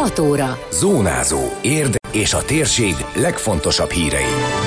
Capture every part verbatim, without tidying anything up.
hat óra. Zónázó. Érd és a térség legfontosabb hírei.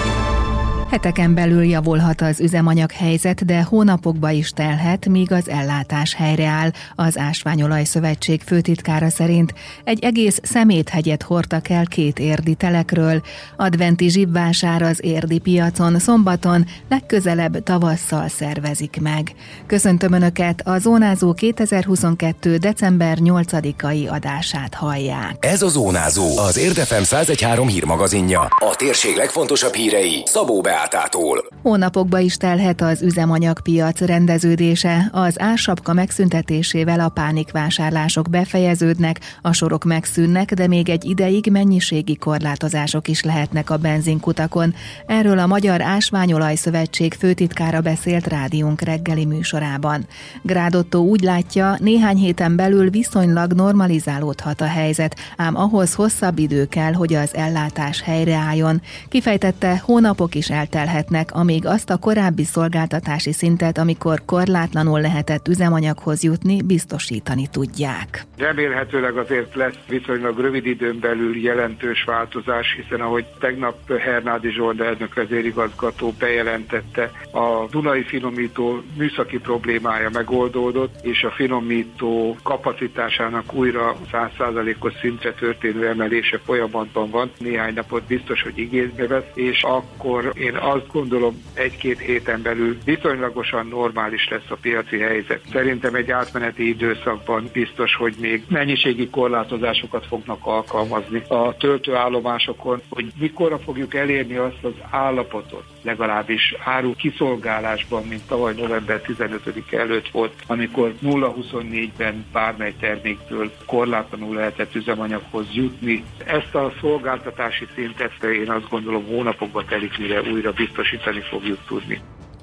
Heteken belül javulhat az üzemanyag helyzet, de hónapokba is telhet, míg az ellátás helyreáll. Az Ásványolaj Szövetség főtitkára szerint egy egész szeméthegyet hordtak el két érdi telekről. Adventi zsibvásár az érdi piacon szombaton, legközelebb tavasszal szervezik meg. Köszöntöm Önöket, a Zónázó kétezer-huszonkettő. december nyolcadikai adását hallják. Ez a Zónázó, az Érd ef em száz egy pont három hírmagazinja. A térség legfontosabb hírei Szabó Beátától. Hónapokba is telhet az üzemanyagpiac rendeződése. Az ársapka megszüntetésével a pánikvásárlások befejeződnek, a sorok megszűnnek, de még egy ideig mennyiségi korlátozások is lehetnek a benzinkutakon. Erről a Magyar Ásványolaj Szövetség főtitkára beszélt rádiónk reggeli műsorában. Grád Ottó úgy látja, néhány héten belül viszonylag normalizálódhat a helyzet, ám ahhoz hosszabb idő kell, hogy az ellátás helyreálljon. Kifejtette, hónapok is eltelhetnek, amíg azt a korábbi szolgáltatási szintet, amikor korlátlanul lehetett üzemanyaghoz jutni, biztosítani tudják. Remélhetőleg azért lesz viszonylag rövid időn belül jelentős változás, hiszen ahogy tegnap Hernádi Zsolt elnök vezérigazgató bejelentette, a Dunai finomító műszaki problémája megoldódott, és a finomító kapacitásának újra száz százalékos szintre történő emelése folyamatban van. Néhány napot biztos, hogy igénybe vesz, és akkor én azt gondolom, egy-két héten belül viszonylagosan normális lesz a piaci helyzet. Szerintem egy átmeneti időszakban biztos, hogy még mennyiségi korlátozásokat fognak alkalmazni a töltőállomásokon, hogy mikorra fogjuk elérni azt az állapotot, legalábbis áru kiszolgálásban, mint tavaly november tizenötödike előtt volt, amikor nulla huszonnégyben bármely terméktől korlátlanul lehetett üzemanyaghoz jutni. Ezt a szolgáltatási szintet én azt gondolom hónapokba telik, mire újra biztosítani fogjuk tudni.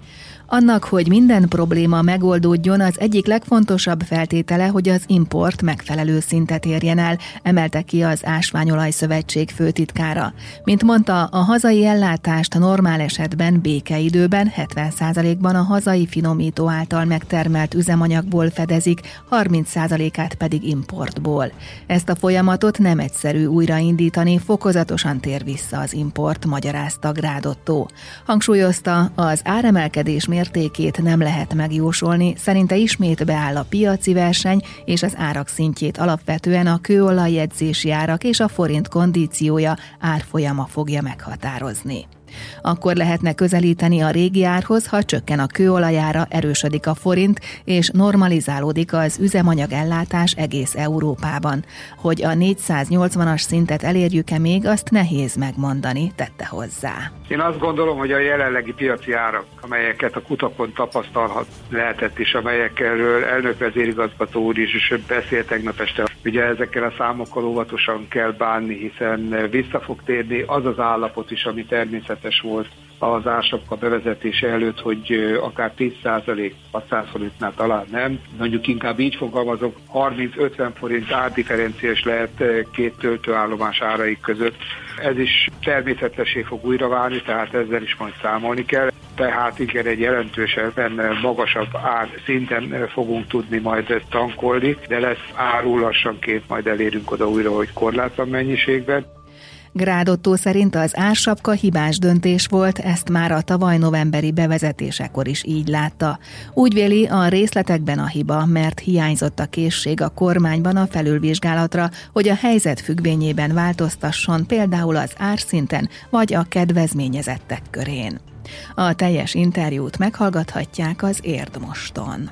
Annak, hogy minden probléma megoldódjon, az egyik legfontosabb feltétele, hogy az import megfelelő szintet érjen el, emelte ki az Ásványolaj Szövetség főtitkára. Mint mondta, a hazai ellátást normál esetben békeidőben hetven százalékban a hazai finomító által megtermelt üzemanyagból fedezik, harminc százalékát pedig importból. Ezt a folyamatot nem egyszerű újraindítani, fokozatosan tér vissza az import, magyarázta Grád Ottó. Hangsúlyozta, az áremelkedés mértékét nem lehet megjósolni, szerinte ismét beáll a piaci verseny, és az árak szintjét alapvetően a kőolajjegyzési árak és a forint kondíciója, árfolyama fogja meghatározni. Akkor lehetne közelíteni a régi árhoz, ha csökken a kőolajára, erősödik a forint, és normalizálódik az üzemanyag ellátás egész Európában. Hogy a négyszáznyolcvanas szintet elérjük-e még, azt nehéz megmondani, tette hozzá. Én azt gondolom, hogy a jelenlegi piaci árak, amelyeket a kutakon tapasztalhat lehetett is, amelyekről elnök vezérigazgató úr is beszélt tegnap este, ugye ezekkel a számokkal óvatosan kell bánni, hiszen vissza fog térni az az állapot is, ami természetes volt az ársapka bevezetése előtt, hogy akár tíz százalék, hatszáz forintnál talán nem. Mondjuk inkább így fogalmazok, harminc-ötven forint árdifferenciás lehet két töltőállomás árai között. Ez is természetessé fog újra válni, tehát ezzel is majd számolni kell. Tehát igen, egy jelentősen magasabb ár szinten fogunk tudni majd tankolni, de lesz áru lassanként majd elérünk oda újra, hogy korlátlan mennyiségben. Grád Ottó szerint az ársapka hibás döntés volt, ezt már a tavaly novemberi bevezetésekor is így látta. Úgy véli, a részletekben a hiba, mert hiányzott a készség a kormányban a felülvizsgálatra, hogy a helyzet függvényében változtasson például az árszinten vagy a kedvezményezettek körén. A teljes interjút meghallgathatják az Érd Moston.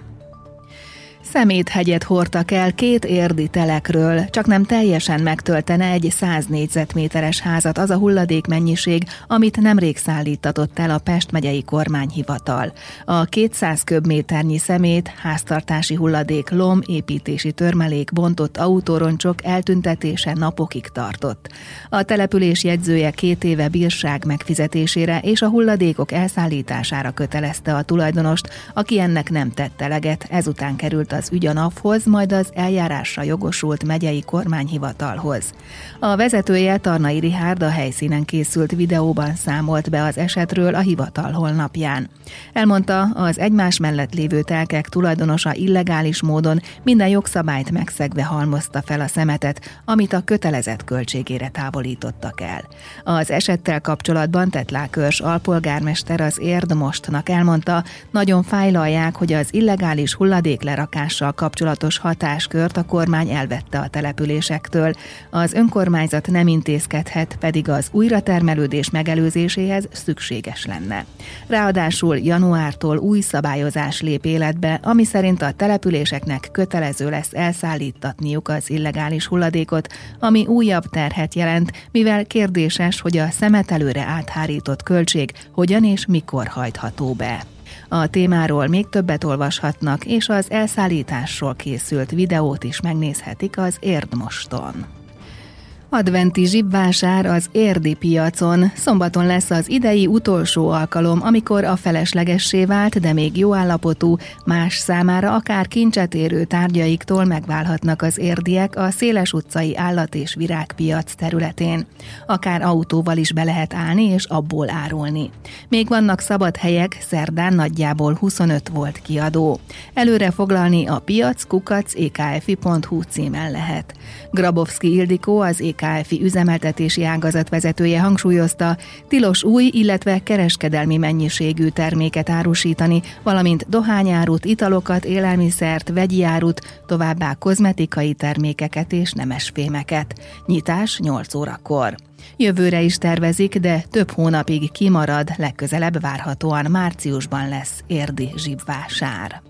Szeméthegyet hordtak el két érdi telekről, csak nem teljesen megtöltene egy száz négyzetméteres házat az a hulladékmennyiség, amit nemrég szállítatott el a Pest megyei kormányhivatal. A kétszáz köbméternyi szemét, háztartási hulladék, lom, építési törmelék, bontott autóroncsok eltüntetése napokig tartott. A település jegyzője két éve bírság megfizetésére és a hulladékok elszállítására kötelezte a tulajdonost, aki ennek nem tett eleget, ezután került a az ügy a NAV-hoz, majd az eljárásra jogosult megyei kormányhivatalhoz. A vezetője, Tarnai Richárd a helyszínen készült videóban számolt be az esetről a hivatal honlapján. Elmondta, az egymás mellett lévő telkek tulajdonosa illegális módon minden jogszabályt megszegve halmozta fel a szemetet, amit a kötelezett költségére távolítottak el. Az esettel kapcsolatban Tetlák Örs alpolgármester az Érd Mostnak elmondta, nagyon fájlalják, hogy az illegális hulladéklerakással kapcsolatos hatáskört a kormány elvette a településektől. Az önkormányzat nem intézkedhet, pedig az újratermelődés megelőzéséhez szükséges lenne. Ráadásul januártól új szabályozás lép életbe, ami szerint a településeknek kötelező lesz elszállítatniuk az illegális hulladékot, ami újabb terhet jelent, mivel kérdéses, hogy a szemetelőre áthárított költség hogyan és mikor hajtható be. A témáról még többet olvashatnak, és az elszállításról készült videót is megnézhetik az Érd Moston. Adventi zsibvásár az érdi piacon. Szombaton lesz az idei utolsó alkalom, amikor a feleslegessé vált, de még jó állapotú, más számára akár kincset érő tárgyaiktól megválhatnak az érdiek a Széles utcai állat- és virágpiac területén. Akár autóval is be lehet állni és abból árulni. Még vannak szabad helyek, szerdán nagyjából huszonöt volt kiadó. Előre foglalni a piac kukac é ká ef i pont hu címen lehet. Grabowski Ildikó, az é ká ef i üzemeltetési ágazat vezetője hangsúlyozta, tilos új, illetve kereskedelmi mennyiségű terméket árusítani, valamint dohányárut, italokat, élelmiszert, vegyi árut, továbbá kozmetikai termékeket és nemesfémeket. Nyitás nyolc órakor. Jövőre is tervezik, de több hónapig kimarad, legközelebb várhatóan márciusban lesz érdi zsibvásár.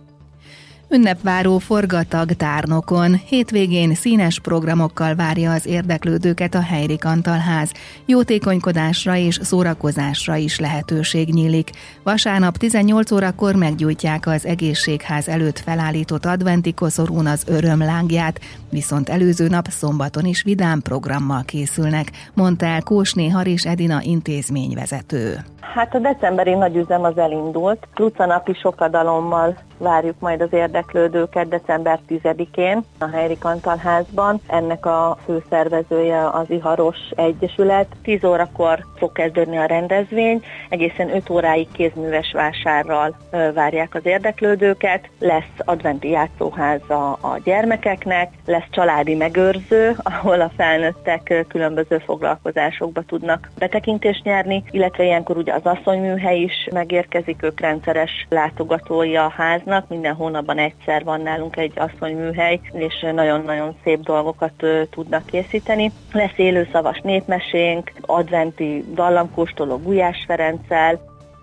Ünnepváró forgatag Tárnokon. Hétvégén színes programokkal várja az érdeklődőket a Helyrik Antal-ház. Jótékonykodásra és szórakozásra is lehetőség nyílik. Vasárnap tizennyolc órakor meggyújtják az egészségház előtt felállított adventi koszorún az örömlángját, viszont előző nap szombaton is vidám programmal készülnek, mondta el Kósné Haris Edina intézményvezető. Hát a decemberi nagyüzem az elindult. Lucanapi sokadalommal várjuk majd az érdeklődőket december tizedikén a Helyrik Antal-házban. Ennek a főszervezője az Iharos Egyesület. tíz órakor fog kezdődni a rendezvény, egészen öt óráig kézműves vásárral várják az érdeklődőket. Lesz adventi játszóház a, a gyermekeknek, lesz családi megőrző, ahol a felnőttek különböző foglalkozásokba tudnak betekintést nyerni, illetve ilyenkor ugye az asszonyműhely is megérkezik, ők rendszeres látogatói a háznak, minden hónapban egyszer van nálunk egy asszonyműhely, és nagyon-nagyon szép dolgokat tudnak készíteni. Lesz élőszavas népmesénk, adventi dallamkóstoló Gulyás Ferenccel.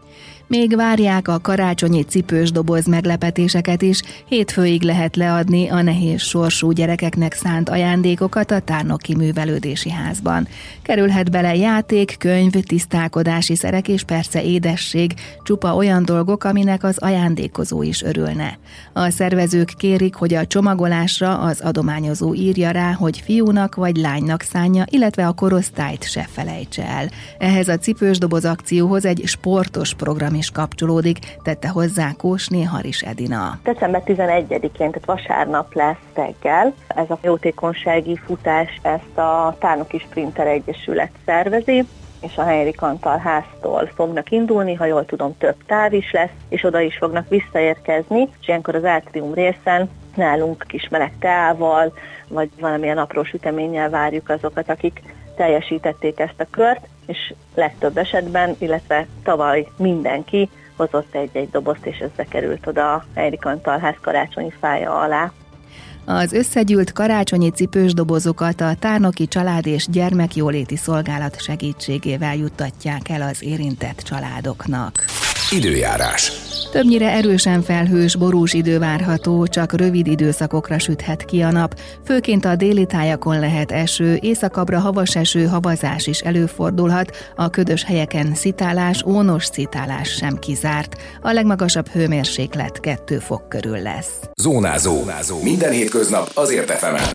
Még várják a karácsonyi cipős doboz meglepetéseket is, hétfőig lehet leadni a nehéz sorsú gyerekeknek szánt ajándékokat a Tárnoki Művelődési Házban. Kerülhet bele játék, könyv, tisztálkodási szerek és persze édesség, csupa olyan dolgok, aminek az ajándékozó is örülne. A szervezők kérik, hogy a csomagolásra az adományozó írja rá, hogy fiúnak vagy lánynak szánja, illetve a korosztályt se felejtse el. Ehhez a cipős doboz akcióhoz egy sportos program is kapcsolódik, tette hozzá Kósné Haris Edina. december tizenegyedikén, tehát vasárnap lesz reggel. Ez a jótékonysági futás, ezt a Tárnoki Sprinter Egyesület szervezi, és a Helyrik Antal-háztól fognak indulni, ha jól tudom, több táv is lesz, és oda is fognak visszaérkezni, és ilyenkor az átrium részen nálunk kis meleg teával, vagy valamilyen apró süteménnyel várjuk azokat, akik teljesítették ezt a kört, és legtöbb esetben, illetve tavaly mindenki hozott egy-egy dobozt, és ez bekerült oda a Helyrik Antal-ház karácsonyi fája alá. Az összegyűlt karácsonyi cipős dobozokat a Tárnoki Család és Gyermekjóléti Szolgálat segítségével juttatják el az érintett családoknak. Időjárás. Többnyire erősen felhős, borús idő várható, csak rövid időszakokra süthet ki a nap. Főként a déli tájakon lehet eső, északabbra havas eső, havazás is előfordulhat, a ködös helyeken szitálás, ónos szitálás sem kizárt. A legmagasabb hőmérséklet kettő fok körül lesz. Zónázó. Minden hétköznap azért ef emen.